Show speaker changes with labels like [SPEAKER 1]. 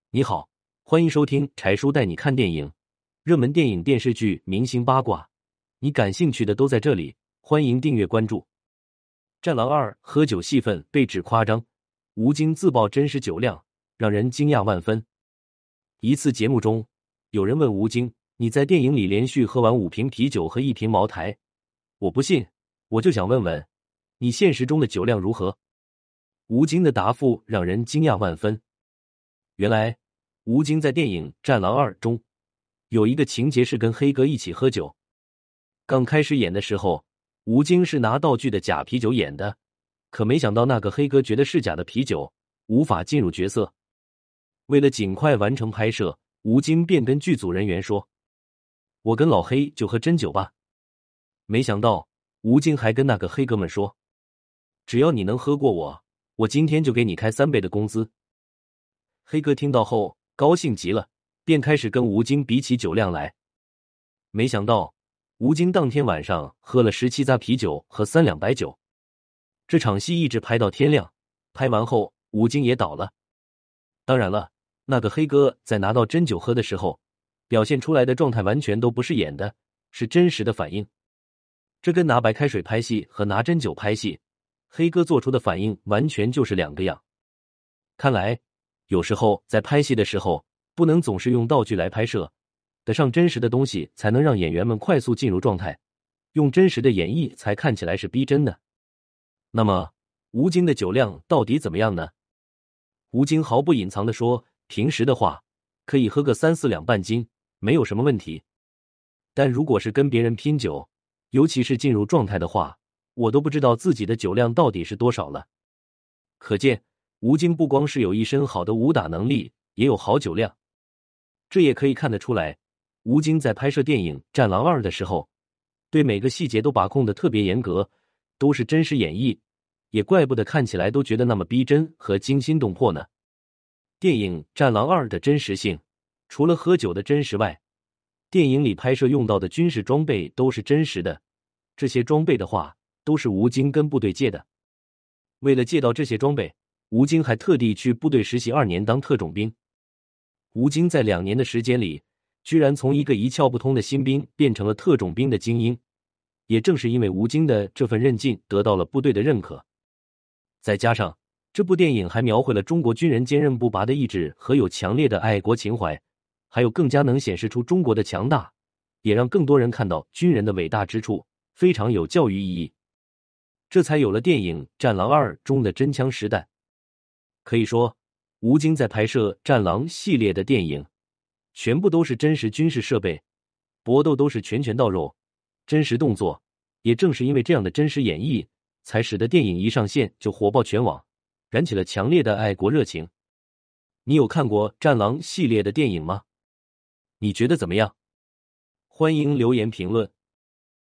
[SPEAKER 1] 你好，欢迎收听柴叔带你看电影，热门电影、电视剧、明星八卦，你感兴趣的都在这里，欢迎订阅关注。战狼2喝酒戏份被指夸张，吴京自曝真实酒量，让人惊讶万分。一次节目中，有人问吴京：“你在电影里连续喝完5瓶啤酒和1瓶茅台，我不信，我就想问问，你现实中的酒量如何？”吴京的答复让人惊讶万分。原来，吴京在电影《战狼2》中有一个情节是跟黑哥一起喝酒。刚开始演的时候，吴京是拿道具的假啤酒演的，可没想到那个黑哥觉得是假的啤酒，无法进入角色。为了尽快完成拍摄，吴京便跟剧组人员说：“我跟老黑就喝真酒吧。”没想到，吴京还跟那个黑哥们说：“只要你能喝过我，我今天就给你开3倍的工资。”黑哥听到后高兴极了，便开始跟吴京比起酒量来。没想到吴京当天晚上喝了17扎啤酒和3两白酒，这场戏一直拍到天亮。拍完后，吴京也倒了。当然了，那个黑哥在拿到真酒喝的时候，表现出来的状态完全都不是演的，是真实的反应。这跟拿白开水拍戏和拿真酒拍戏，黑哥做出的反应完全就是两个样。看来有时候在拍戏的时候，不能总是用道具来拍摄，得上真实的东西，才能让演员们快速进入状态，用真实的演绎才看起来是逼真的。那么，吴京的酒量到底怎么样呢？吴京毫不隐藏地说，平时的话，可以喝个3、4两半斤，没有什么问题。但如果是跟别人拼酒，尤其是进入状态的话，我都不知道自己的酒量到底是多少了。可见，吴京不光是有一身好的武打能力，也有好酒量。这也可以看得出来，吴京在拍摄电影《战狼2》的时候，对每个细节都把控得特别严格，都是真实演绎，也怪不得看起来都觉得那么逼真和惊心动魄呢。电影《战狼2》的真实性，除了喝酒的真实外，电影里拍摄用到的军事装备都是真实的，这些装备的话，都是吴京跟部队借的。为了借到这些装备，吴京还特地去部队实习2年当特种兵。吴京在2年的时间里，居然从一个一窍不通的新兵变成了特种兵的精英。也正是因为吴京的这份韧劲得到了部队的认可。再加上这部电影还描绘了中国军人坚韧不拔的意志和有强烈的爱国情怀，还有更加能显示出中国的强大，也让更多人看到军人的伟大之处，非常有教育意义。这才有了电影《战狼2》中的真枪实弹。可以说，吴京在拍摄《战狼》系列的电影，全部都是真实军事设备，搏斗都是拳拳到肉，真实动作。也正是因为这样的真实演绎，才使得电影一上线就火爆全网，燃起了强烈的爱国热情。你有看过《战狼》系列的电影吗？你觉得怎么样？欢迎留言评论。